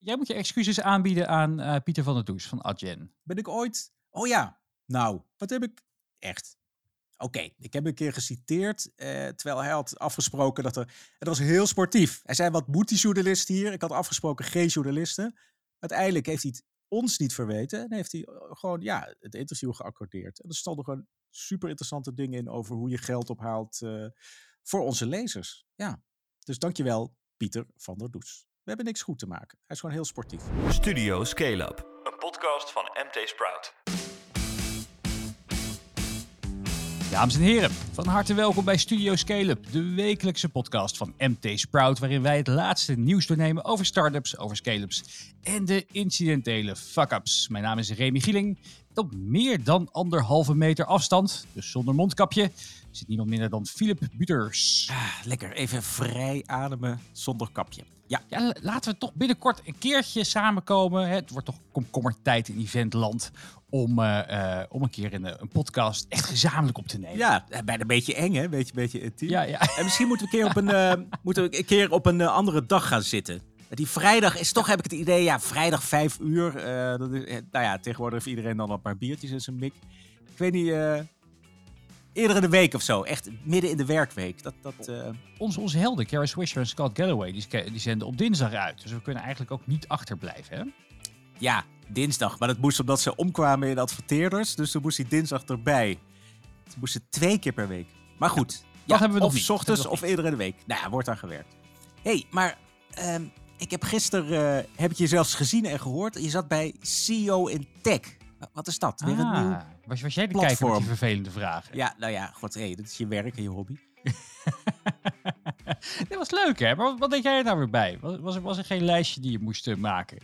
Jij moet je excuses aanbieden aan Pieter van der Does van Adyen. Ben ik ooit... Oh ja, nou, wat heb ik... Echt. Oké, ik heb een keer geciteerd, terwijl hij had afgesproken dat er... Het was heel sportief. Hij zei, wat moet die journalist hier? Ik had afgesproken geen journalisten. Uiteindelijk heeft hij het ons niet verweten. En heeft hij gewoon, het interview geaccordeerd. En er stonden gewoon super interessante dingen in over hoe je geld ophaalt voor onze lezers. Ja, dus dankjewel, Pieter van der Does. We hebben niks goed te maken. Hij is gewoon heel sportief. Studio Scale Up, een podcast van MT Sprout. Dames en heren, van harte welkom bij Studio Scale-up, de wekelijkse podcast van MT Sprout, waarin wij het laatste nieuws doornemen over startups, over scale-ups en de incidentele fuck-ups. Mijn naam is Remy Gieling. Op meer dan 1,5 meter afstand, dus zonder mondkapje, zit niemand minder dan Philip Buters. Lekker, even vrij ademen zonder kapje. Ja, Laten we toch binnenkort een keertje samenkomen. Het wordt toch komkommertijd in eventland om een keer een podcast echt gezamenlijk op te nemen. Ja, bijna een beetje eng, hè? Beetje intiem. Ja. En misschien moeten we een keer op een andere dag gaan zitten. Die vrijdag is toch, heb ik het idee, vrijdag 5 uur. Dat is, tegenwoordig heeft iedereen dan een paar biertjes in zijn mik. Ik weet niet, eerder in de week of zo. Echt midden in de werkweek. Onze helden, Kara Swisher en Scott Galloway, die zenden op dinsdag uit. Dus we kunnen eigenlijk ook niet achterblijven, hè? Ja, dinsdag. Maar dat moest omdat ze omkwamen in adverteerders. Dus toen moest die dinsdag erbij. Ze moesten 2 keer per week. Maar goed. Dat hebben we nog of niet. 's ochtends of eerder in de week. Nou ja, wordt aan gewerkt. Maar ik heb gisteren, heb ik je zelfs gezien en gehoord. Je zat bij CEO in Tech. Wat is dat? Weer een nieuw was jij de platform. kijker met die vervelende vragen? Ja, nou ja, god, dat is je werk en je hobby. Dat was leuk, hè? Maar wat deed jij er nou weer bij? Was er geen lijstje die je moest maken?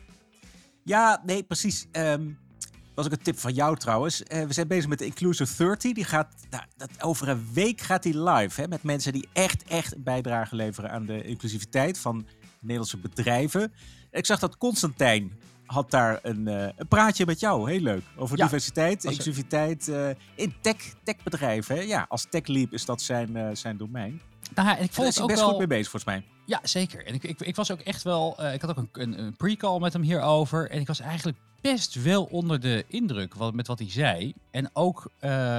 Ja, nee, precies. Was ook een tip van jou trouwens. We zijn bezig met de Inclusive 30. Die gaat, over een week gaat die live. Hè, met mensen die echt een bijdrage leveren aan de inclusiviteit van Nederlandse bedrijven. Ik zag dat Constantijn had daar een praatje met jou. Heel leuk. Over diversiteit, inclusiviteit in techbedrijven. Hè? Ja, als TechLeap is dat zijn domein. Nou, en ik vond het ook best goed mee bezig volgens mij. Ja, zeker. En ik was ook echt wel... ik had ook een pre-call met hem hierover. En ik was eigenlijk best wel onder de indruk met wat hij zei. En ook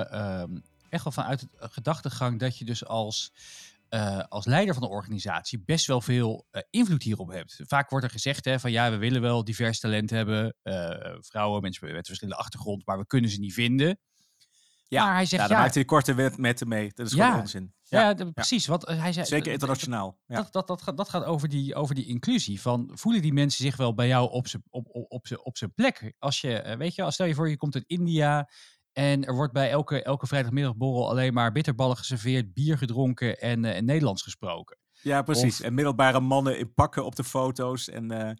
echt wel vanuit de gedachtegang dat je dus als leider van de organisatie best wel veel invloed hierop hebt. Vaak wordt er gezegd van we willen wel divers talent hebben. Vrouwen, mensen met verschillende achtergrond, maar we kunnen ze niet vinden. Ja, maar hij zegt, dan maakt hij de korte metten mee. Dat is gewoon onzin. Precies. Want hij zei, zeker internationaal. Dat gaat over die inclusie. Van, voelen die mensen zich wel bij jou op zijn plek? Als je, stel je voor je komt uit India en er wordt bij elke vrijdagmiddagborrel alleen maar bitterballen geserveerd, bier gedronken en Nederlands gesproken. Ja, precies. En middelbare mannen in pakken op de foto's. En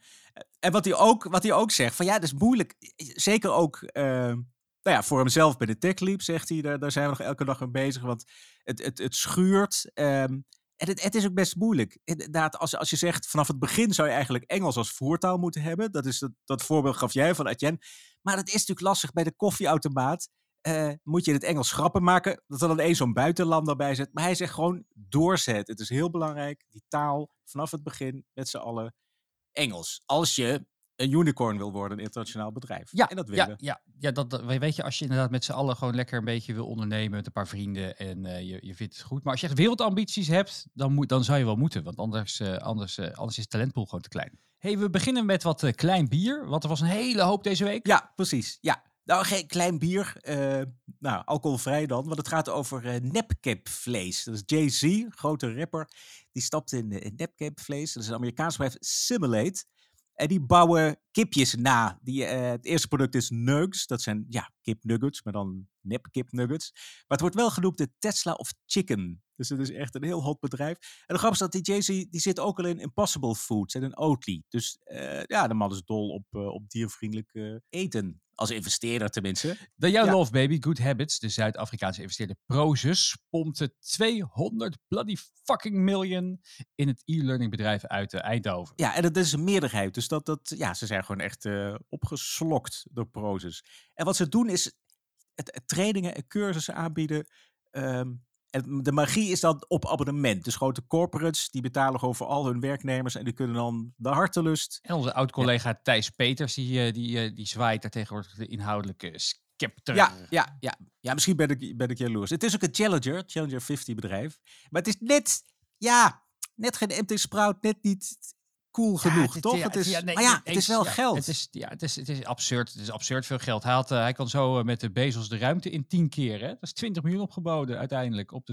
wat hij ook zegt, van dat is moeilijk. Zeker ook... voor hemzelf bij de TechLeap, zegt hij, daar zijn we nog elke dag mee bezig, want het schuurt. En het is ook best moeilijk. Inderdaad, als je zegt, vanaf het begin zou je eigenlijk Engels als voertaal moeten hebben. Dat voorbeeld gaf jij van Adyen. Maar dat is natuurlijk lastig bij de koffieautomaat. Moet je in het Engels grappen maken, dat er dan eens zo'n buitenlander bij zit. Maar hij zegt gewoon doorzet. Het is heel belangrijk, die taal, vanaf het begin met z'n allen Engels. Als je een unicorn wil worden, een internationaal bedrijf. Ja, en dat willen we. Dat weet je, als je inderdaad met z'n allen gewoon lekker een beetje wil ondernemen met een paar vrienden en je vindt het goed. Maar als je echt wereldambities hebt, dan zou je wel moeten, want anders is de talentpool gewoon te klein. Hey, we beginnen met wat klein bier, want er was een hele hoop deze week. Ja, precies. Ja. Nou, geen klein bier. Alcoholvrij dan. Want het gaat over nepkipvlees. Dat is Jay-Z, grote rapper. Die stapt in nepkipvlees. Dat is een Amerikaans bedrijf, Simulate. En die bouwen kipjes na. Het eerste product is Nugs. Dat zijn kipnuggets, maar dan nepkipnuggets. Maar het wordt wel genoemd de Tesla of Chicken. Dus het is echt een heel hot bedrijf. En de grap is dat die Jay-Z, die zit ook al in Impossible Foods en in Oatly. Dus de man is dol op diervriendelijk eten. Als investeerder tenminste. Jouw love baby, Good Habits, de Zuid-Afrikaanse investeerder Prosus, pompte 200 bloody fucking miljoen in het e-learning bedrijf uit Eindhoven. Ja, en dat is een meerderheid. Dus ze zijn gewoon echt opgeslokt door Prosus. En wat ze doen is trainingen en cursussen aanbieden En de magie is dan op abonnement. Dus grote corporates, die betalen gewoon voor al hun werknemers en die kunnen dan de hartelust. En onze oud-collega Thijs Peters, die zwaait daar tegenwoordig de inhoudelijke scepter. Ja, misschien ben ik jaloers. Het is ook een Challenger 50 bedrijf. Maar het is net geen MT Sprout, net niet cool genoeg, toch? Het is wel geld. Het is absurd. Het is absurd veel geld. Hij kan zo met de Bezos de ruimte in 10 keer. Hè? Dat is 20 miljoen opgeboden uiteindelijk op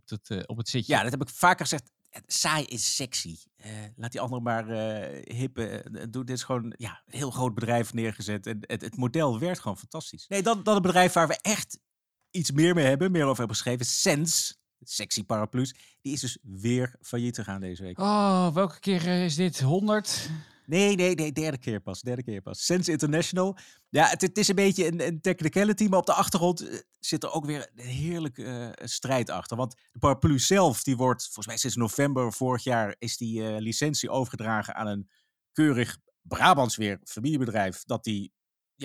het zitje. Ja, dat heb ik vaker gezegd. Saai is sexy. Laat die anderen maar hippen. Dit is gewoon een heel groot bedrijf neergezet. En het model werkt gewoon fantastisch. Nee, dan een bedrijf waar we echt iets meer mee hebben. Meer over hebben geschreven. Sense. Sexy paraplu's. Die is dus weer failliet gegaan deze week. Oh, welke keer is dit? 100? Nee, derde keer pas. Sense International. Ja, het is een beetje een technicality, maar op de achtergrond zit er ook weer een heerlijke strijd achter. Want de paraplu zelf, die wordt, volgens mij sinds november vorig jaar, is die licentie overgedragen aan een keurig Brabants weer familiebedrijf, die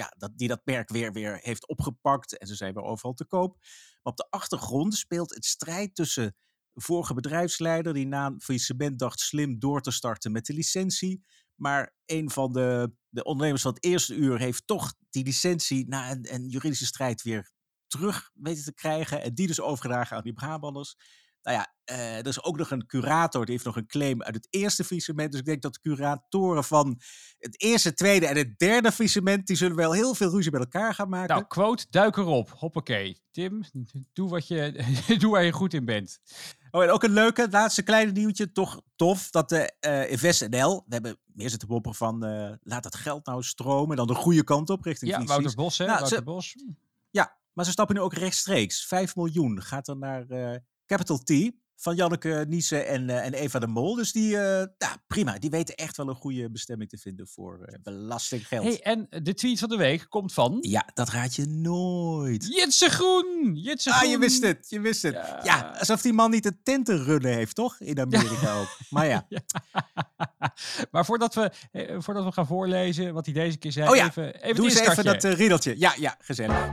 dat merk weer heeft opgepakt en ze zijn weer overal te koop. Maar op de achtergrond speelt het strijd tussen de vorige bedrijfsleider die na een faillissement dacht slim door te starten met de licentie. Maar een van de ondernemers van het eerste uur heeft toch die licentie na een juridische strijd weer terug weten te krijgen. En die dus overgedragen aan die Brabanders. Nou ja, er is ook nog een curator, die heeft nog een claim uit het eerste faillissement. Dus ik denk dat de curatoren van het eerste, tweede en het derde faillissement, die zullen wel heel veel ruzie met elkaar gaan maken. Nou, quote, duik erop. Hoppakee. Tim, doe waar je goed in bent. Oh, en ook een leuke, laatste kleine nieuwtje, toch tof, dat de InvestNL, we hebben meer zitten mopperen van, laat dat geld nou stromen, dan de goede kant op richting VC's. Wouter Bos, hè? Nou, Wouter Bos. Ja, maar ze stappen nu ook rechtstreeks. 5 miljoen gaat er naar Capital T van Janneke Niese en Eva de Mol. Dus die, prima, die weten echt wel een goede bestemming te vinden voor belastinggeld. Hey, en de tweet van de week komt van... Ja, dat raad je nooit. Jitse Groen! Je wist het. Ja, alsof die man niet een tent te runnen heeft, toch? In Amerika ook. Maar ja. Maar voordat we gaan voorlezen wat hij deze keer zei, even doe eens even dat riedeltje. Ja, gezellig.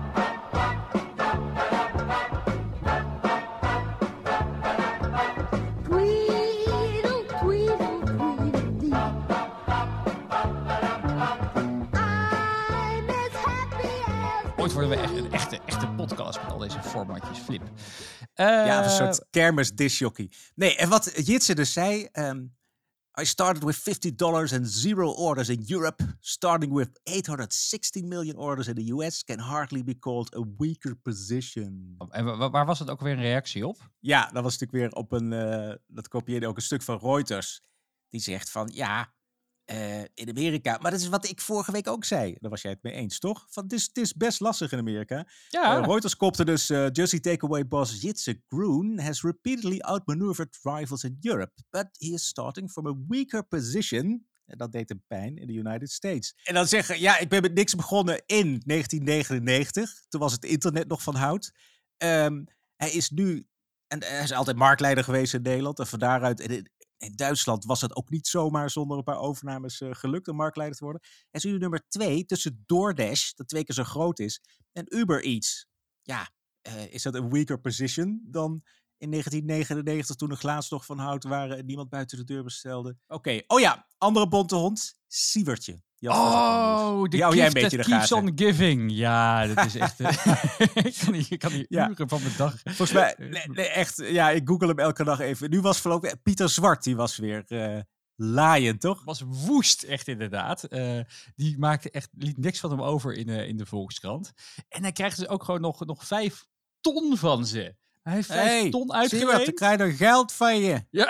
Ooit worden we echt een echte podcast met al deze formatjes, Flip. Een soort kermis-disjockey. Nee, en wat Jitse dus zei... I started with $50 and 0 orders in Europe. Starting with 860 million orders in the US can hardly be called a weaker position. En waar was het ook weer een reactie op? Ja, dat was natuurlijk weer op dat kopieerde ook een stuk van Reuters. Die zegt van, in Amerika... Maar dat is wat ik vorige week ook zei. Daar was jij het mee eens, toch? Van, het is best lastig in Amerika. Ja. Reuters kopte dus... Justy Takeaway boss Jitse Groen has repeatedly outmaneuvered rivals in Europe. But he is starting from a weaker position. En dat deed hem pijn in de United States. En dan zeggen... ik ben met niks begonnen in 1999. Toen was het internet nog van hout. Hij is nu... En hij is altijd marktleider geweest in Nederland. En van daaruit... In Duitsland was het ook niet zomaar zonder een paar overnames gelukt om marktleider te worden. Hij is nu nummer 2 tussen DoorDash, dat 2 keer zo groot is, en Uber Eats. Ja, is dat een weaker position dan in 1999 toen de glazen nog van hout waren en niemand buiten de deur bestelde? Oké. Oh ja, andere bonte hond, Sievertje. De gift that keeps on giving. Ja, dat is echt... ik kan hier uren van mijn dag... Volgens mij, nee, echt... Ja, ik google hem elke dag even. Nu was voorlopig... Pieter Zwart, die was weer laaiend, toch? Was woest, echt inderdaad. Die liet niks van hem over in de Volkskrant. En hij krijgt dus ook gewoon nog 5 ton van ze. Hij heeft 5 ton uitgeleend. Dan krijg je er geld van je. Ja.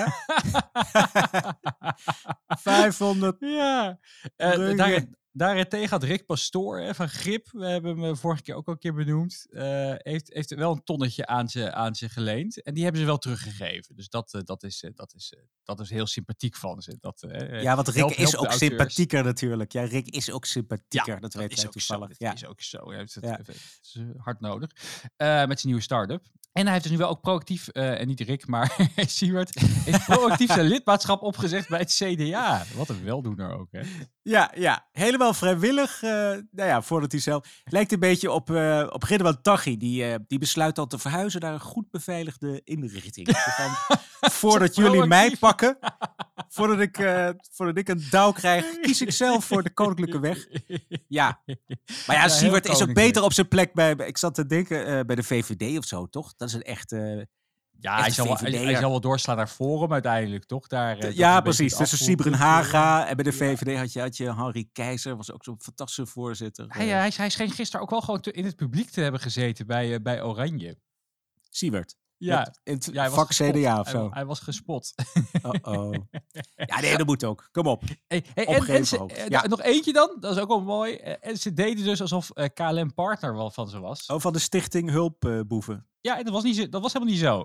500. Ja. Daarentegen had Rick Pastoor van Grip, we hebben hem vorige keer ook al een keer benoemd, heeft wel een tonnetje aan ze geleend. En die hebben ze wel teruggegeven. Dus dat is heel sympathiek van ze. Want Rick is ook sympathieker natuurlijk. Ja, Rick is ook sympathieker. Dat weet wij toevallig. Dat is ook zo. Het is hard nodig. Met zijn nieuwe start-up. En hij heeft dus nu wel ook proactief, en niet Rick, maar Siewert, heeft proactief zijn lidmaatschap opgezegd bij het CDA. Wat een weldoener ook, hè? Ja, helemaal vrijwillig. Voordat hij zelf... Lijkt een beetje op Ridwan Taghi. Die besluit al te verhuizen naar een goed beveiligde inrichting. Zo van, voordat jullie mij pakken, voordat ik een douw krijg, kies ik zelf voor de koninklijke weg. Ja. Maar ja, Siewert is ook beter op zijn plek bij... Ik zat te denken, bij de VVD of zo, toch? Dat is een echte... Ja, hij zal wel doorslaan naar Forum uiteindelijk, toch? Precies. Tussen Sieber en Haga. En bij de VVD had je Henri Keizer. Was ook zo'n fantastische voorzitter. Hij scheen gisteren ook wel gewoon in het publiek te hebben gezeten bij Oranje. Siewert. Ja. In het vak CDA of zo. Hij was gespot. Ja, nee, dat moet ook. Kom op. Nog eentje dan. Dat is ook wel mooi. En ze deden dus alsof KLM partner wel van ze was. Van de Stichting Hulpboeven. Ja, en dat was helemaal niet zo.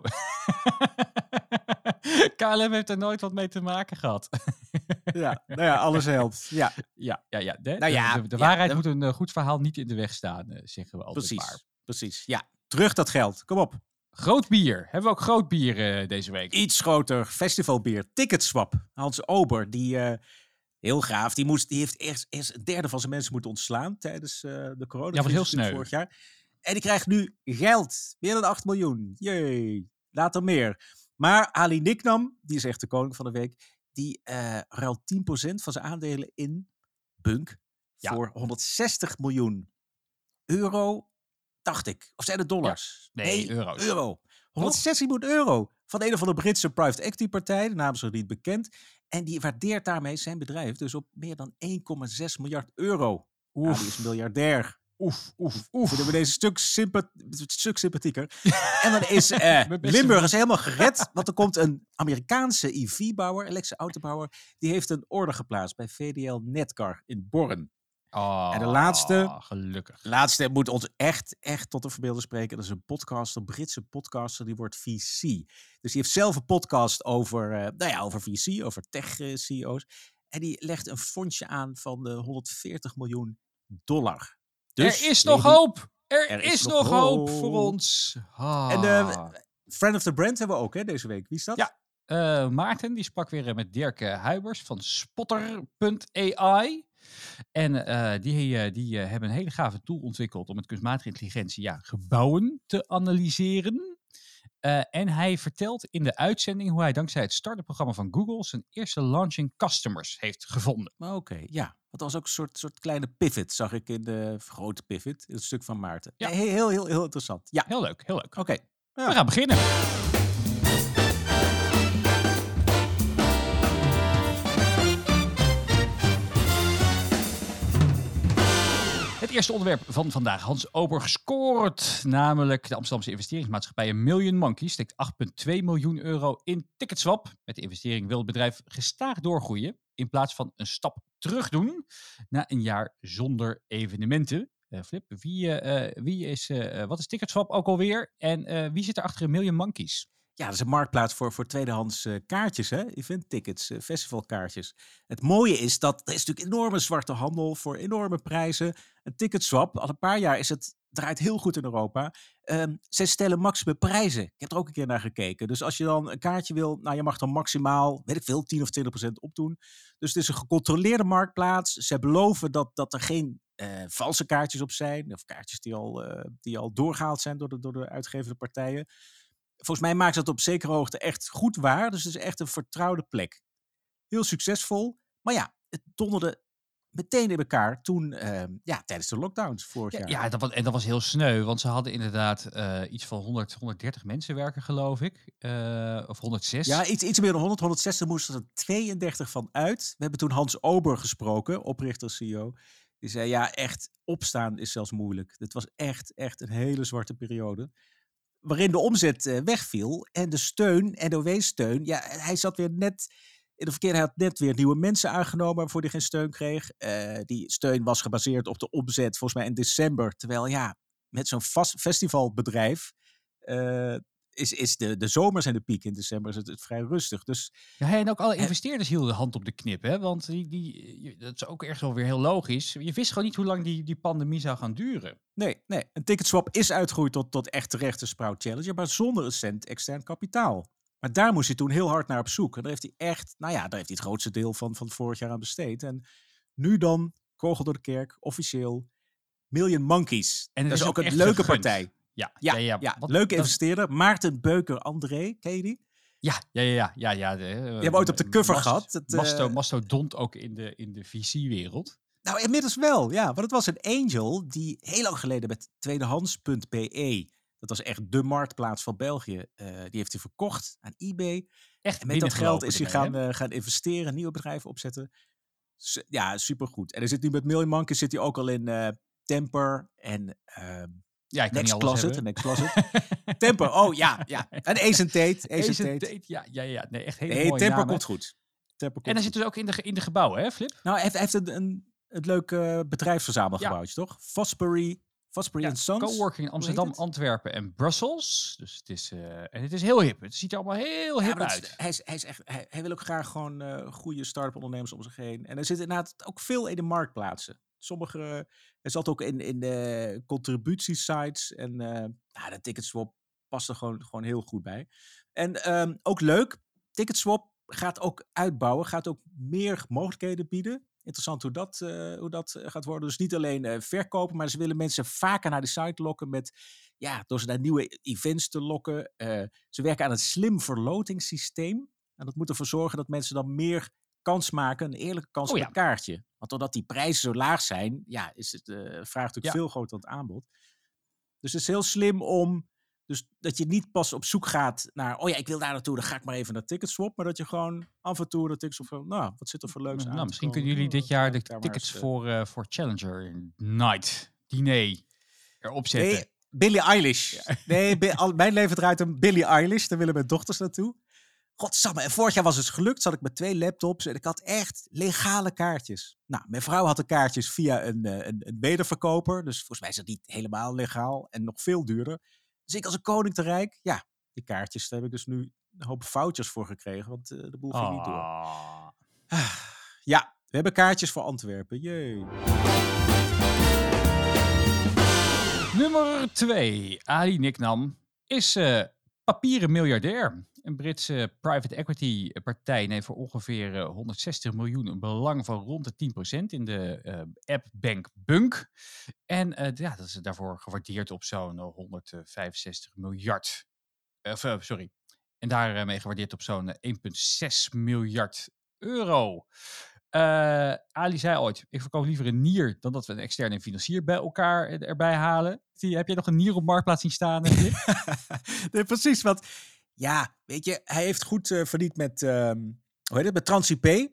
KLM heeft er nooit wat mee te maken gehad. Alles helpt. Ja. De waarheid moet een goed verhaal niet in de weg staan, zeggen we altijd maar. Precies. Ja, terug dat geld. Kom op. Groot bier. Hebben we ook groot bier deze week? Iets groter festivalbier. Ticketswap. Hans Ober, die heel gaaf. Die heeft eerst een derde van zijn mensen moeten ontslaan tijdens de corona. Ja, was heel sneu. Vorig jaar. En die krijgt nu geld. Meer dan 8 miljoen. Jee. Later meer. Maar Ali Niknam, die is echt de koning van de week, die ruilt 10% van zijn aandelen in Bunk voor 160 miljoen euro, dacht ik. Of zijn het dollars? Ja. Nee, euro's. Euro. 160 miljoen euro van een of andere Britse private equity partij. De naam is nog niet bekend. En die waardeert daarmee zijn bedrijf dus op meer dan 1,6 miljard euro. Ali is miljardair. Oef. Vinden we deze stuk sympathieker. En dan is Limburg is helemaal gered. Want er komt een Amerikaanse EV-bouwer, elektrische autobouwer. Die heeft een order geplaatst bij VDL Netcar in Born. En de laatste moet ons echt tot de verbeelding spreken. Dat is een Britse podcaster, die wordt VC. Dus die heeft zelf een podcast over VC, over tech-CEO's. En die legt een fondsje aan van $140 miljoen. Dus, er is nog hoop! Er is nog hoop voor ons. En de Friend of the Brand hebben we ook deze week. Wie is dat? Ja, Maarten, die sprak weer met Dirk Huibers van Spotter.ai. En die hebben een hele gave tool ontwikkeld om met kunstmatige intelligentie gebouwen te analyseren. En hij vertelt in de uitzending hoe hij dankzij het starterprogramma van Google zijn eerste launching customers heeft gevonden. Oké, ja. Dat was ook een soort kleine pivot, zag ik in de grote pivot, in het stuk van Maarten. Ja. Heel interessant. Ja. Heel leuk. Oké. We gaan beginnen. Het eerste onderwerp van vandaag. Hans Ober scoort. Namelijk de Amsterdamse investeringsmaatschappij Million Monkeys steekt 8,2 miljoen euro in Ticketswap. Met de investering wil het bedrijf gestaag doorgroeien. In plaats van een stap terug doen na een jaar zonder evenementen. Flip, wat is Ticketswap ook alweer? En wie zit er achter Million Monkeys? Ja, dat is een marktplaats voor tweedehands kaartjes, eventtickets, festivalkaartjes. Het mooie is dat er is natuurlijk enorme zwarte handel voor enorme prijzen. Een Ticketswap, al een paar jaar draait heel goed in Europa. Zij stellen maximum prijzen. Ik heb er ook een keer naar gekeken. Dus als je dan een kaartje wil, je mag dan maximaal, 10 of 20% opdoen. Dus het is een gecontroleerde marktplaats. Zij beloven dat er geen valse kaartjes op zijn. Of kaartjes die al doorgehaald zijn door de uitgevende partijen. Volgens mij maakt ze dat op zekere hoogte echt goed waar. Dus het is echt een vertrouwde plek. Heel succesvol. Maar ja, het donderde meteen in elkaar toen, tijdens de lockdowns vorig jaar. Ja, dat was heel sneu. Want ze hadden inderdaad iets van 130 mensen werken, geloof ik. Of 106. Ja, iets meer dan 100. 160 moesten er 32 van uit. We hebben toen Hans Ober gesproken, oprichter, CEO. Die zei, echt opstaan is zelfs moeilijk. Het was echt een hele zwarte periode. Waarin de omzet wegviel en de steun, NOW-steun, hij zat weer net in de verkeerde. Hij had net weer nieuwe mensen aangenomen waarvoor hij geen steun kreeg. Die steun was gebaseerd op de omzet, volgens mij in december. Terwijl met zo'n festivalbedrijf is de zomers en de piek. In december is het vrij rustig. Dus Ja, en ook alle investeerders hielden de hand op de knip, hè? Want dat is ook echt wel weer heel logisch. Je wist gewoon niet hoe lang die pandemie zou gaan duren. nee. Een ticketswap is uitgegroeid tot echt terechte Sprout Challenger, maar zonder een cent extern kapitaal. Maar daar moest hij toen heel hard naar op zoek. En daar heeft hij echt, daar heeft hij het grootste deel van vorig jaar aan besteed. En nu dan, kogel door de kerk, officieel, Million Monkeys. En het dat is ook een echt leuke gegund. partij. Ja. Leuke investeerder. Maarten Beuker André, ken je die? Ja. Die hebben we ooit op de cover gehad. Mastodont ook in de VC-wereld. Nou, inmiddels wel, ja. Want het was een angel die heel lang geleden met tweedehands.be, dat was echt de marktplaats van België, die heeft hij verkocht aan eBay. Echt En met dat geld is hij ermee, gaan investeren, nieuwe bedrijven opzetten. Ja, supergoed. En hij zit nu met Million Monkeys, zit hij ook al in Temper en ja, ik kan Next niet alles Closet. hebben. Next Closet. Temper, oh ja. En Ace and Tate. Ja. Nee, echt hele Nee, mooie Temper namen. komt goed. Temper komt En hij zit goed. dus ook in de gebouwen, hè, Flip? Nou, hij heeft een leuk bedrijfsverzamelgebouwtje, toch? Fosbury and Sons. Coworking in Amsterdam, het? Antwerpen en Brussels. Dus het is heel hip. Het ziet er allemaal heel hip maar uit. hij wil ook graag gewoon goede start-up ondernemers om zich heen. En er zit inderdaad ook veel in de marktplaatsen. Sommige, er zat ook in de contributiesites. En de Ticketswap past er gewoon heel goed bij. En ook leuk, Ticketswap gaat ook uitbouwen. Gaat ook meer mogelijkheden bieden. Interessant hoe dat gaat worden. Dus niet alleen verkopen, maar ze willen mensen vaker naar de site lokken door ze naar nieuwe events te lokken. Ze werken aan een slim verlotingssysteem. En dat moet ervoor zorgen dat mensen dan meer kans maken, een eerlijke kans op een kaartje. Want doordat die prijzen zo laag zijn, is het vraag natuurlijk veel groter dan het aanbod. Dus het is heel slim om, dus dat je niet pas op zoek gaat naar, ik wil daar naartoe, dan ga ik maar even naar Ticketswap. Maar dat je gewoon af en toe naar Ticketswap, wat zit er voor leuks aan? Misschien kunnen jullie dit jaar de tickets voor Challenger Night Diner erop zetten. Nee, Billie Eilish. Ja. Nee, mijn leven draait om Billie Eilish. Daar willen mijn dochters naartoe. Godsamme, en vorig jaar was het gelukt. Zat ik met 2 laptops en ik had echt legale kaartjes. Nou, mijn vrouw had de kaartjes via een wederverkoper. Dus volgens mij is het niet helemaal legaal en nog veel duurder. Dus ik als een koning te rijk, die kaartjes, daar heb ik dus nu een hoop foutjes voor gekregen. Want de boel ging niet door. Ja, we hebben kaartjes voor Antwerpen. Jee. Nummer 2. Ali Nicknam is papieren miljardair. Een Britse private equity partij neemt voor ongeveer 160 miljoen een belang van rond de 10% in de appbank Bunk. En dat is daarvoor gewaardeerd op zo'n 165 miljard. En daarmee gewaardeerd op zo'n 1,6 miljard euro. Ali zei ooit, ik verkoop liever een nier dan dat we een externe financier bij elkaar erbij halen. Heb jij nog een nier op Marktplaats zien staan? Nee, precies, want weet je, hij heeft goed verdiend met, met TransIP.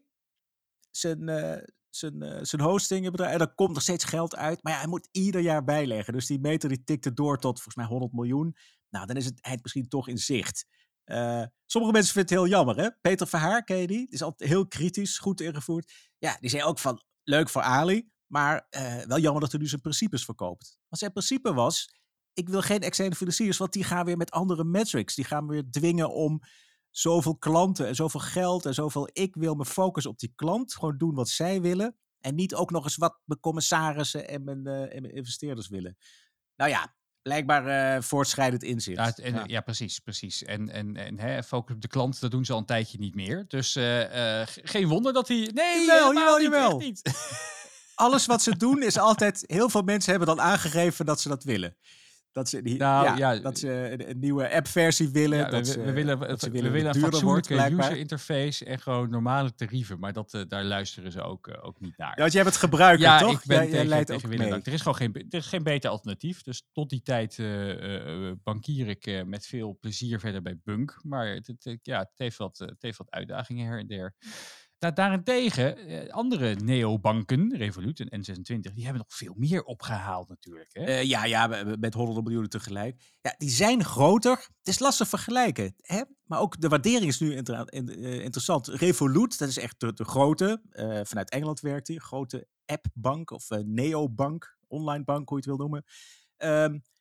Zijn hostingbedrijf. En daar komt nog steeds geld uit. Maar hij moet ieder jaar bijleggen. Dus die meter die tikte door tot volgens mij 100 miljoen. Nou, dan is het misschien toch in zicht. Sommige mensen vinden het heel jammer, hè? Peter Verhaar, ken je die? Die is altijd heel kritisch, goed ingevoerd. Ja, die zei ook van, leuk voor Ali, maar wel jammer dat hij nu zijn principes verkoopt. Want zijn principe was, ik wil geen externe financiers, want die gaan weer met andere metrics. Die gaan weer dwingen om zoveel klanten en zoveel geld en zoveel. Ik wil me focussen op die klant, gewoon doen wat zij willen. En niet ook nog eens wat mijn commissarissen en mijn investeerders willen. Nou ja, blijkbaar voortschrijdend inzicht. Ja, precies. En focus op de klant, dat doen ze al een tijdje niet meer. Dus geen wonder dat hij... Nee, jawel. Niet. Alles wat ze doen is altijd... Heel veel mensen hebben dan aangegeven dat ze dat willen. Dat ze een nieuwe appversie willen. Ja, we willen een fatsoenlijke user interface en gewoon normale tarieven. Maar daar luisteren ze ook niet naar. Ja, want jij bent gebruiker, toch? Ik ben tegen ook mee. Er is gewoon geen beter alternatief. Dus tot die tijd bankier ik met veel plezier verder bij Bunk. Maar het heeft wat uitdagingen her en der. Daarentegen, andere neobanken, Revolut en N26, die hebben nog veel meer opgehaald natuurlijk. Hè? Met honderden miljoenen tegelijk. Ja, die zijn groter. Het is lastig vergelijken. Hè? Maar ook de waardering is nu interessant. Revolut, dat is echt de grote. Vanuit Engeland werkt die. Grote appbank of neobank, online bank, hoe je het wil noemen.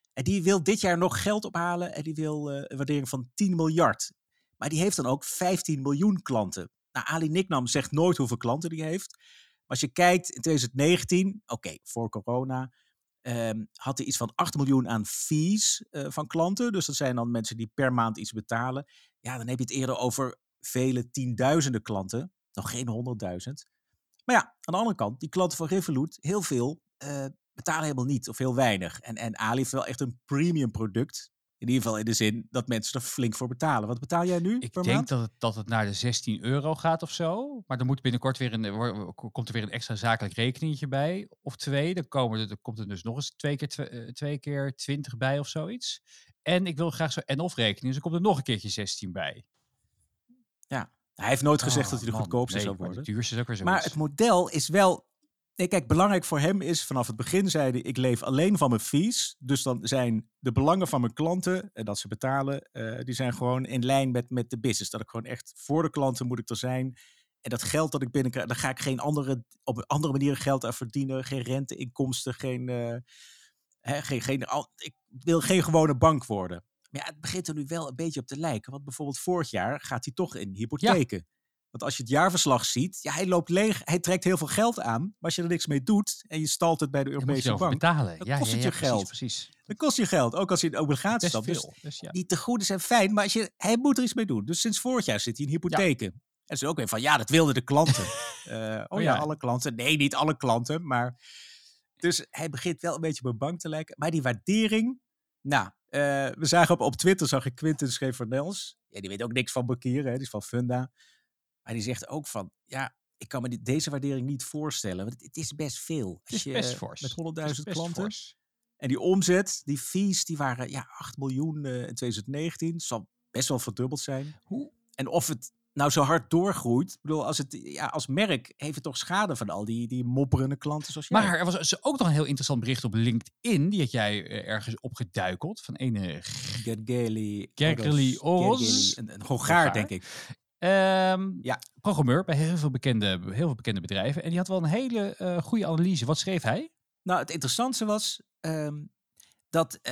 En die wil dit jaar nog geld ophalen en die wil een waardering van 10 miljard. Maar die heeft dan ook 15 miljoen klanten. Nou, Ali Nicknam zegt nooit hoeveel klanten die heeft. Maar als je kijkt in 2019, voor corona, had hij iets van 8 miljoen aan fees van klanten. Dus dat zijn dan mensen die per maand iets betalen. Ja, dan heb je het eerder over vele tienduizenden klanten. Nog geen 100.000. Maar ja, aan de andere kant, die klanten van Revolut, heel veel betalen helemaal niet of heel weinig. En Ali heeft wel echt een premium product. In ieder geval in de zin dat mensen er flink voor betalen. Wat betaal jij nu Ik per denk maand? dat het naar de €16 gaat of zo. Maar dan moet binnenkort komt er weer een extra zakelijk rekeningetje bij. Of 2. Dan komt er dus nog eens 2 keer 20 bij of zoiets. En ik wil graag zo'n en-of rekening. Dus er komt er nog een keertje 16 bij. Ja, hij heeft nooit gezegd dat hij de Man, goedkoopste nee, zou maar worden. de duurste is ook weer Maar zoiets. het model is wel... Nee, kijk, belangrijk voor hem is, vanaf het begin zei hij, ik leef alleen van mijn fees. Dus dan zijn de belangen van mijn klanten, dat ze betalen, die zijn gewoon in lijn met de business. Dat ik gewoon echt voor de klanten moet ik er zijn. En dat geld dat ik binnenkrijg, daar ga ik op een andere manier geld aan verdienen. Geen renteinkomsten, ik wil geen gewone bank worden. Maar ja, het begint er nu wel een beetje op te lijken. Want bijvoorbeeld vorig jaar gaat hij toch in hypotheken. Want als je het jaarverslag ziet, ja, hij loopt leeg. Hij trekt heel veel geld aan. Maar als je er niks mee doet en je stalt het bij de Dan moet je Europese erover bank, betalen. dan kost het je geld. Precies. dan kost je geld. Ook als je een obligatie Best stapt. Dus veel. Dus ja. die tegoeden zijn fijn, maar hij moet er iets mee doen. Dus sinds vorig jaar zit hij in hypotheken. En ze is ook weer van, ja, dat wilden de klanten. Alle klanten. Nee, niet alle klanten, maar... Dus hij begint wel een beetje op een bank te lijken. Maar die waardering... Nou, we zagen op Twitter, zag ik Quinten Schevernels. Ja, die weet ook niks van bankieren, die is van Funda. Maar die zegt ook van, ja, ik kan me deze waardering niet voorstellen. Want het is best veel. Het is best fors. Met 100.000 best klanten. fors. En die omzet, die fees, die waren 8 miljoen in 2019. Zal best wel verdubbeld zijn. Hoe? En of het nou zo hard doorgroeit. Ik bedoel, als merk heeft het toch schade van al die mopperende klanten zoals jij. Maar er was dus ook nog een heel interessant bericht op LinkedIn. Die had jij ergens opgeduikeld. Van ene Gergely Oros. Een Hongaar, denk ik. Programmeur bij heel veel bekende bedrijven. En die had wel een hele goede analyse. Wat schreef hij? Nou, het interessantste was dat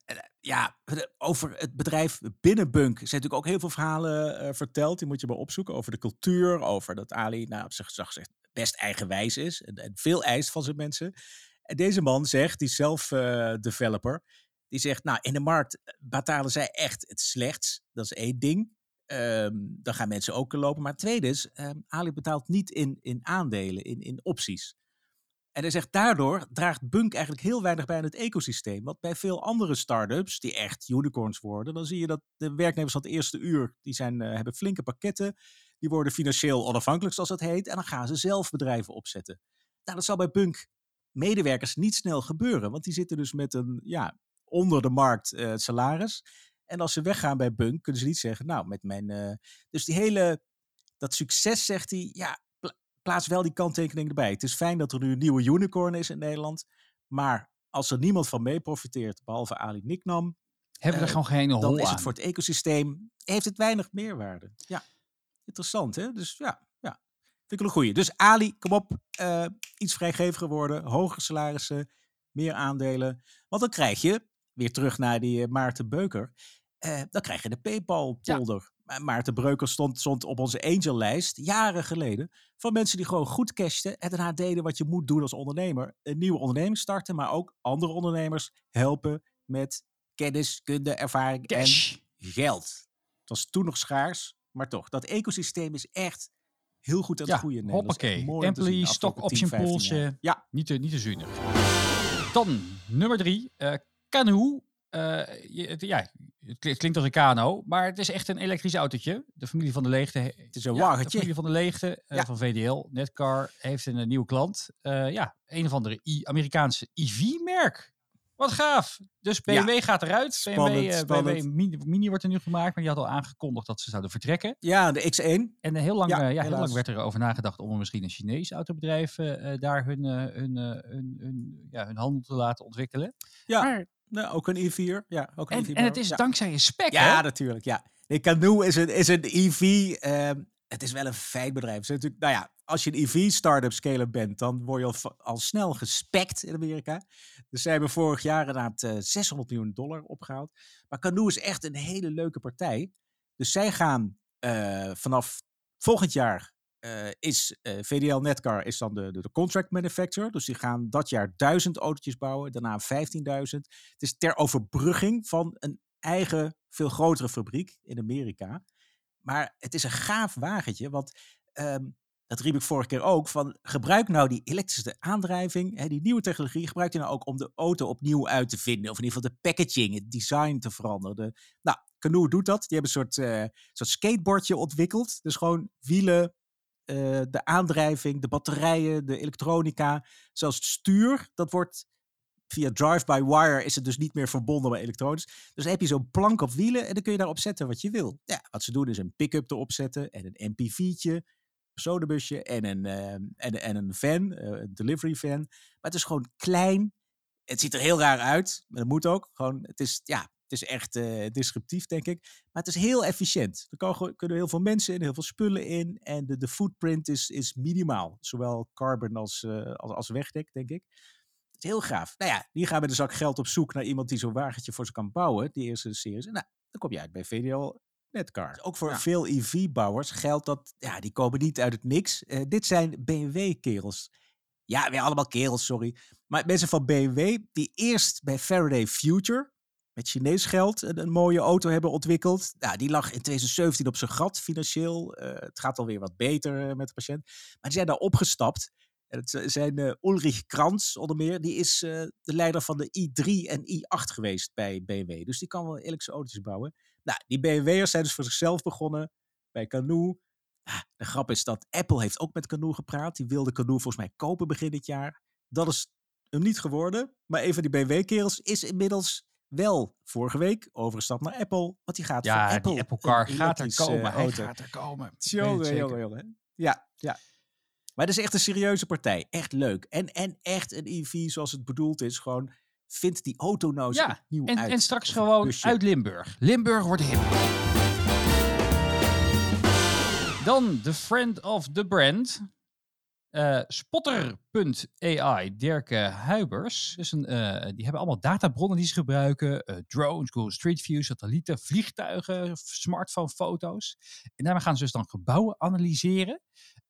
over het bedrijf binnen Bunk zijn natuurlijk ook heel veel verhalen verteld. Die moet je maar opzoeken over de cultuur, over dat Ali op zichzelf best eigenwijs is en veel eist van zijn mensen. En deze man zegt, die zelf developer, die zegt, nou, in de markt betalen zij echt het slechtst. Dat is 1 ding. Dan gaan mensen ook lopen. Maar het tweede is, Ali betaalt niet in aandelen, in opties. En hij zegt, daardoor draagt Bunk eigenlijk heel weinig bij aan het ecosysteem. Want bij veel andere start-ups, die echt unicorns worden, dan zie je dat de werknemers van het eerste uur, die hebben flinke pakketten. Die worden financieel onafhankelijk, zoals dat heet. En dan gaan ze zelf bedrijven opzetten. Nou, dat zal bij Bunk medewerkers niet snel gebeuren. Want die zitten dus met een, onder de markt salaris. En als ze weggaan bij Bunk, kunnen ze niet zeggen, nou, met mijn... Dus dat succes, zegt hij, plaats wel die kanttekening erbij. Het is fijn dat er nu een nieuwe unicorn is in Nederland. Maar als er niemand van mee profiteert, behalve Ali Nicknam, Hebben we er gewoon geen hol dan is aan. het voor het ecosysteem, heeft het weinig meerwaarde. Ja, interessant hè? Dus ja. Vind ik wel een goeie. Dus Ali, kom op, iets vrijgeviger worden, hogere salarissen, meer aandelen. Want dan krijg je, weer terug naar die Maarten Beuker, dan krijg je de PayPal-polder. Ja. Maarten Beuker stond op onze Angel-lijst, jaren geleden, van mensen die gewoon goed cashten en daarna deden wat je moet doen als ondernemer. Een nieuwe onderneming starten, maar ook andere ondernemers helpen met kennis, kunde, ervaring Cash. en geld. Het was toen nog schaars, maar toch. Dat ecosysteem is echt heel goed aan het groeien in Nederland. Hoppakee. Employee, stock option pools. Niet te zuinig. Dan nummer 3. Canoo. Het klinkt als een kano, maar het is echt een elektrisch autootje. De familie van de Leegte. Het is een wagentje. De familie van de Leegte van VDL, Netcar, heeft een nieuwe klant. Een of andere Amerikaanse EV-merk. Wat gaaf. Dus BMW gaat eruit. Spannend. BMW Mini wordt er nu gemaakt, maar die had al aangekondigd dat ze zouden vertrekken. Ja, de X1. En heel lang werd er over nagedacht om misschien een Chinees autobedrijf daar hun handel te laten ontwikkelen. Ja. Maar, ook een E4. Ja, ook een en het is dankzij je spec, hè? Ja, natuurlijk. Ja. Nee, Canoo is een EV. Het is wel een fijn bedrijf. Het is natuurlijk, als je een EV-startup scale-up bent, dan word je al snel gespekt in Amerika. Dus zij hebben vorig jaar inderdaad $600 miljoen opgehaald. Maar Canoo is echt een hele leuke partij. Dus zij gaan vanaf volgend jaar is VDL Netcar is dan de contract manufacturer. Dus die gaan dat jaar 1000 autootjes bouwen, daarna 15.000. Het is ter overbrugging van een eigen, veel grotere fabriek in Amerika. Maar het is een gaaf wagentje, want dat riep ik vorige keer ook, van gebruik nou die elektrische aandrijving, die nieuwe technologie, gebruik die nou ook om de auto opnieuw uit te vinden. Of in ieder geval de packaging, het design te veranderen. Canoo doet dat. Die hebben een soort skateboardje ontwikkeld. Dus gewoon wielen, de aandrijving, de batterijen, de elektronica, zelfs het stuur, dat wordt via drive-by-wire is het dus niet meer verbonden bij elektronisch. Dus dan heb je zo'n plank op wielen en dan kun je daarop zetten wat je wil. Ja, wat ze doen is een pick-up erop zetten en een MPV'tje, personenbusje en een van, een delivery van. Maar het is gewoon klein. Het ziet er heel raar uit, maar dat moet ook. Gewoon, het is echt disruptief, denk ik. Maar het is heel efficiënt. Er kunnen heel veel mensen in, heel veel spullen in. En de footprint is minimaal. Zowel carbon als wegdek, denk ik. Het is heel gaaf. Nou ja, die gaan met een zak geld op zoek naar iemand die zo'n wagentje voor ze kan bouwen. Die eerste series. En dan kom je uit bij VDL Netcar. Ook voor veel EV-bouwers geldt dat, die komen niet uit het niks. Dit zijn BMW-kerels. Ja, weer allemaal kerels, sorry. Maar mensen van BMW die eerst bij Faraday Future met Chinees geld een mooie auto hebben ontwikkeld. Nou, die lag in 2017 op zijn gat financieel. Het gaat alweer wat beter met de patiënt. Maar die zijn daar opgestapt. En het zijn Ulrich Kranz onder meer. Die is de leider van de i3 en i8 geweest bij BMW. Dus die kan wel elektrische autootjes bouwen. Nou, die BMW'ers zijn dus voor zichzelf begonnen bij Canoo. De grap is dat Apple heeft ook met Canoo gepraat. Die wilde Canoo volgens mij kopen begin dit jaar. Dat is hem niet geworden. Maar een van die BMW-kerels is inmiddels wel vorige week overgestapt naar Apple. Want die gaat voor Apple. Die Apple Car gaat er komen. Hij gaat er komen. Jongen. Ja. Maar het is echt een serieuze partij. Echt leuk. En echt een EV zoals het bedoeld is. Gewoon, vindt die auto nou eens opnieuw uit. En straks gewoon uit Limburg. Limburg wordt hip. Dan de friend of the brand. Spotter.ai, Dirk Huibers. Dus die hebben allemaal databronnen die ze gebruiken. Drones, Google Street View, satellieten, vliegtuigen, smartphone-foto's. En daarmee gaan ze dus dan gebouwen analyseren.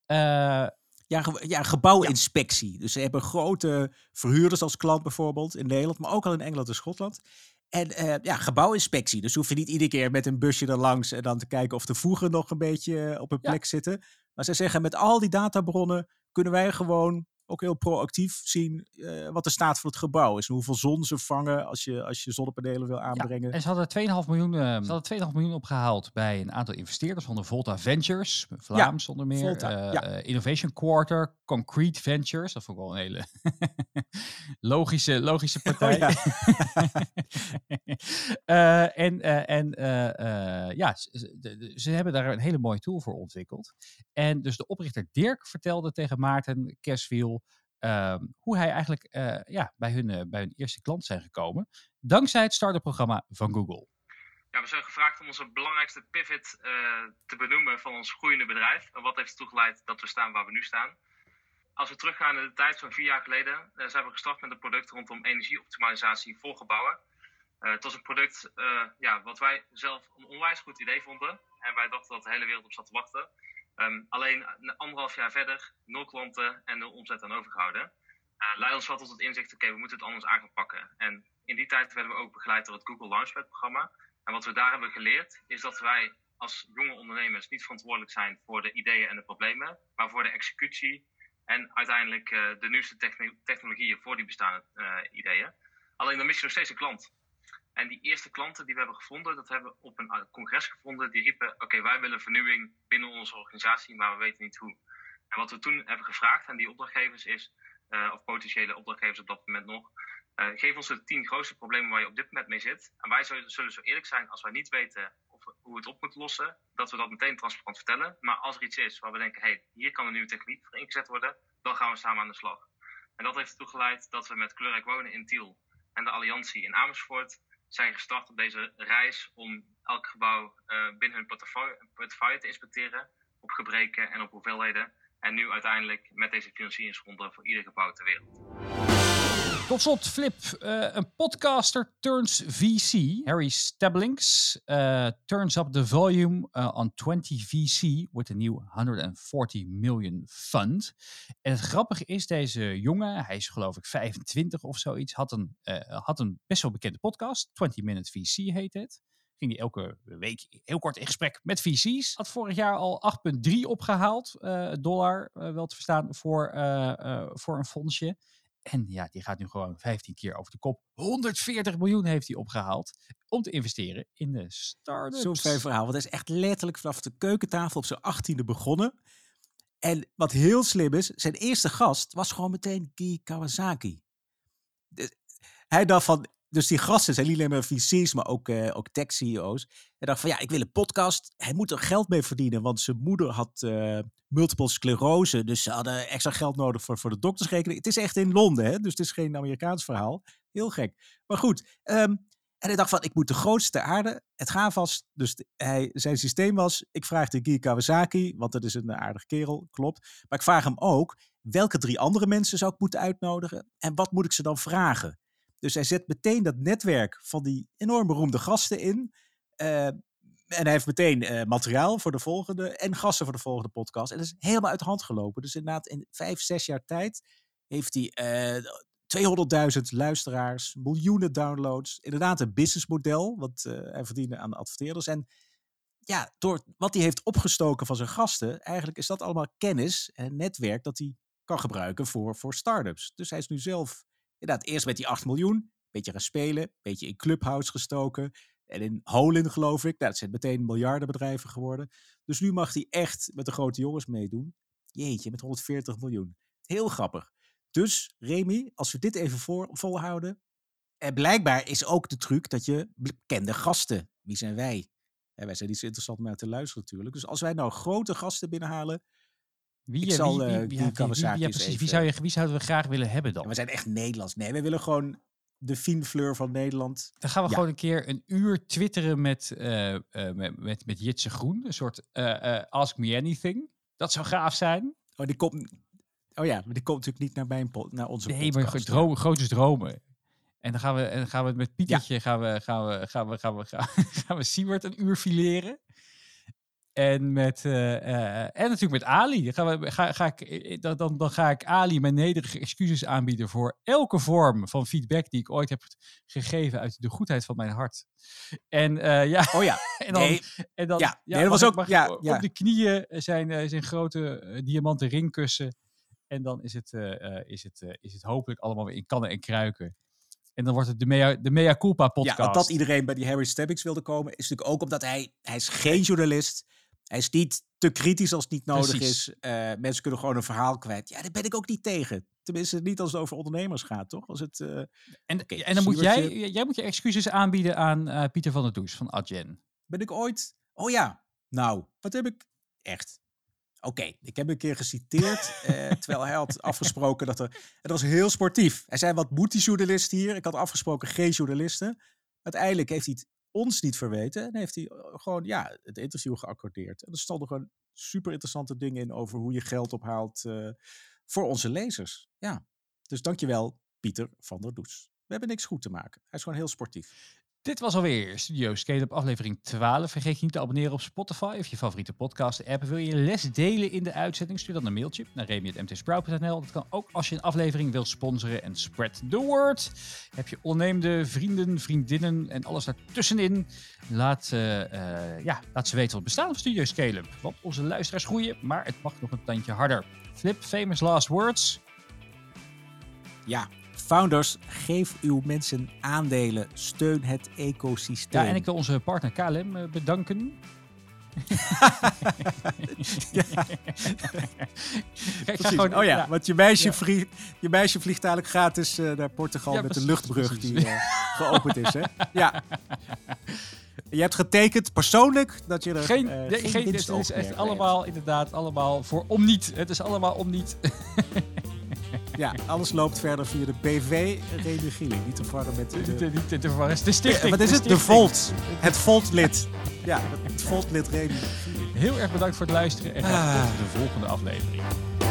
Gebouwinspectie. Dus ze hebben grote verhuurders als klant bijvoorbeeld in Nederland, maar ook al in Engeland en Schotland. En gebouwinspectie. Dus hoef je niet iedere keer met een busje er langs en dan te kijken of de voegen nog een beetje op hun plek zitten. Maar zij zeggen, met al die databronnen kunnen wij gewoon ook heel proactief zien wat de staat van het gebouw is. En hoeveel zon ze vangen als je zonnepanelen wil aanbrengen. Ja, en ze hadden 2,5 miljoen opgehaald bij een aantal investeerders van de Volta Ventures. Vlaams onder meer. Volta, Innovation Quarter, Concrete Ventures. Dat vond ik wel een hele logische partij. Ze hebben daar een hele mooie tool voor ontwikkeld. En dus de oprichter Dirk vertelde tegen Maarten Keswiel hoe hij eigenlijk bij hun eerste klant zijn gekomen. Dankzij het starterprogramma van Google. Ja, we zijn gevraagd om onze belangrijkste pivot te benoemen van ons groeiende bedrijf. En wat heeft ertoe geleid dat we staan waar we nu staan. Als we teruggaan in de tijd, zo'n 4 jaar geleden, zijn we gestart met een product rondom energieoptimalisatie voor gebouwen. Het was een product wat wij zelf een onwijs goed idee vonden. En wij dachten dat de hele wereld op zat te wachten. Alleen 1,5 jaar verder, 0 klanten en 0 omzet aan overgehouden. Leidde ons wel tot het inzicht, we moeten het anders aan gaan pakken. En in die tijd werden we ook begeleid door het Google Launchpad-programma. En wat we daar hebben geleerd, is dat wij als jonge ondernemers niet verantwoordelijk zijn voor de ideeën en de problemen, maar voor de executie en uiteindelijk de nieuwste technologieën voor die bestaande ideeën. Alleen dan mis je nog steeds een klant. En die eerste klanten die we hebben gevonden, dat hebben we op een congres gevonden. Die riepen, oké, wij willen vernieuwing binnen onze organisatie, maar we weten niet hoe. En wat we toen hebben gevraagd aan die opdrachtgevers of potentiële opdrachtgevers op dat moment nog, geef ons de 10 grootste problemen waar je op dit moment mee zit. En wij zullen zo eerlijk zijn als wij niet weten hoe we het op moeten lossen, dat we dat meteen transparant vertellen. Maar als er iets is waar we denken, hier kan een nieuwe techniek voor ingezet worden, dan gaan we samen aan de slag. En dat heeft ertoe geleid dat we met Kleurrijk Wonen in Tiel en de Alliantie in Amersfoort zijn gestart op deze reis om elk gebouw binnen hun portefeuille te inspecteren op gebreken en op hoeveelheden. En nu uiteindelijk met deze financieringsronde voor ieder gebouw ter wereld. Tot slot, Flip. Een podcaster turns VC. Harry Stablings turns up the volume on 20 VC with a new 140 million fund. En het grappige is, deze jongen, hij is geloof ik 25 of zoiets, had een best wel bekende podcast. 20 Minute VC heet het. Ging hij elke week heel kort in gesprek met VC's. Had vorig jaar al 8,3 opgehaald, dollar, wel te verstaan, voor een fondsje. En ja, die gaat nu gewoon 15 keer over de kop. 140 miljoen heeft hij opgehaald om te investeren in de start-ups. Zo'n fijn verhaal, want hij is echt letterlijk vanaf de keukentafel op zijn 18e begonnen. En wat heel slim is, zijn eerste gast was gewoon meteen Guy Kawasaki. Hij dacht van, dus die gasten zijn niet alleen maar VC's, maar ook tech-CEO's. Hij dacht van, ja, ik wil een podcast. Hij moet er geld mee verdienen, want zijn moeder had multiple sclerose. Dus ze hadden extra geld nodig voor de doktersrekening. Het is echt in Londen, hè? Dus het is geen Amerikaans verhaal. Heel gek. Maar goed, en hij dacht van, ik moet de grootste ter aarde. Het gaat vast. Dus zijn systeem was, ik vraag de Guy Kawasaki, want dat is een aardig kerel, klopt. Maar ik vraag hem ook, welke 3 andere mensen zou ik moeten uitnodigen? En wat moet ik ze dan vragen? Dus hij zet meteen dat netwerk van die enorm beroemde gasten in. En hij heeft meteen materiaal voor de volgende en gasten voor de volgende podcast. En dat is helemaal uit de hand gelopen. Dus inderdaad in 5-6 jaar tijd heeft hij 200.000 luisteraars, miljoenen downloads. Inderdaad een businessmodel, want hij verdiende aan de adverteerders. En ja, door wat hij heeft opgestoken van zijn gasten, eigenlijk is dat allemaal kennis en netwerk dat hij kan gebruiken voor start-ups. Dus hij is nu zelf inderdaad eerst met die 8 miljoen, een beetje gaan spelen, een beetje in Clubhouse gestoken. En in Holin, geloof ik. Nou, dat zijn meteen miljardenbedrijven geworden. Dus nu mag hij echt met de grote jongens meedoen. Jeetje, met 140 miljoen. Heel grappig. Dus, Remy, als we dit even volhouden. En blijkbaar is ook de truc dat je bekende gasten. Wie zijn wij? Wij zijn niet zo interessant om naar te luisteren natuurlijk. Dus als wij nou grote gasten binnenhalen. Wie zouden we graag willen hebben dan? Ja, we zijn echt Nederlands. Nee, we willen gewoon de Fien Fleur van Nederland. Dan gaan we gewoon een keer een uur twitteren met Jitse Groen. Een soort Ask Me Anything. Dat zou gaaf zijn. Die komt natuurlijk niet naar onze podcast. Nee, maar grote dromen. En dan gaan we met Pietertje gaan we Siewert een uur fileren. En natuurlijk met Ali. Dan ga ik Ali mijn nederige excuses aanbieden voor elke vorm van feedback die ik ooit heb gegeven uit de goedheid van mijn hart. En ja. Oh ja. En dan dat was ook op de knieën zijn grote diamanten ringkussen. En dan is het hopelijk allemaal weer in kannen en kruiken. En dan wordt het de Mea Culpa podcast. Ja, dat iedereen bij die Harry Stablings wilde komen, is natuurlijk ook omdat hij is geen journalist. Hij is niet te kritisch als het niet nodig is. Mensen kunnen gewoon een verhaal kwijt. Ja, daar ben ik ook niet tegen. Tenminste, niet als het over ondernemers gaat, toch? Als het, en dan moet jij moet je excuses aanbieden aan Pieter van der Does van Adyen. Ben ik ooit? Oh ja, nou, wat heb ik echt? Oké, ik heb een keer geciteerd, terwijl hij had afgesproken dat het was heel sportief. Hij zei, wat moet die journalist hier? Ik had afgesproken geen journalisten. Uiteindelijk heeft hij het ons niet verweten en heeft hij gewoon het interview geaccordeerd. En er stonden gewoon super interessante dingen in over hoe je geld ophaalt voor onze lezers. Ja, dus dankjewel Pieter van der Does. We hebben niks goed te maken. Hij is gewoon heel sportief. Dit was alweer Studio Scale-up aflevering 12. Vergeet je niet te abonneren op Spotify of je favoriete podcast-app. Wil je les delen in de uitzending? Stuur dan een mailtje naar remy@mtsprout.nl. Dat kan ook als je een aflevering wil sponsoren en spread the word. Heb je ondernemende vrienden, vriendinnen en alles daartussenin? Laat ze weten wat bestaan van Studio Scale-up. Want onze luisteraars groeien, maar het mag nog een tandje harder. Flip, famous last words. Ja. Founders, geef uw mensen aandelen. Steun het ecosysteem. Ja, en ik wil onze partner KLM bedanken. Kijk, want je meisje vliegt eigenlijk gratis naar Portugal met de luchtbrug die geopend is. Hè? Ja. Je hebt getekend persoonlijk dat je er geen winst het is echt allemaal voor om niet. Het is allemaal om niet. Ja, alles loopt verder via de BV Remy Gieling. Niet te verwarren met Niet te verwarren. De stichting. Wat is het? stichting. De Volt. Het Volt-lid. Ja, het Volt-lid Remy Gieling. Heel erg bedankt voor het luisteren en graag tot de volgende aflevering.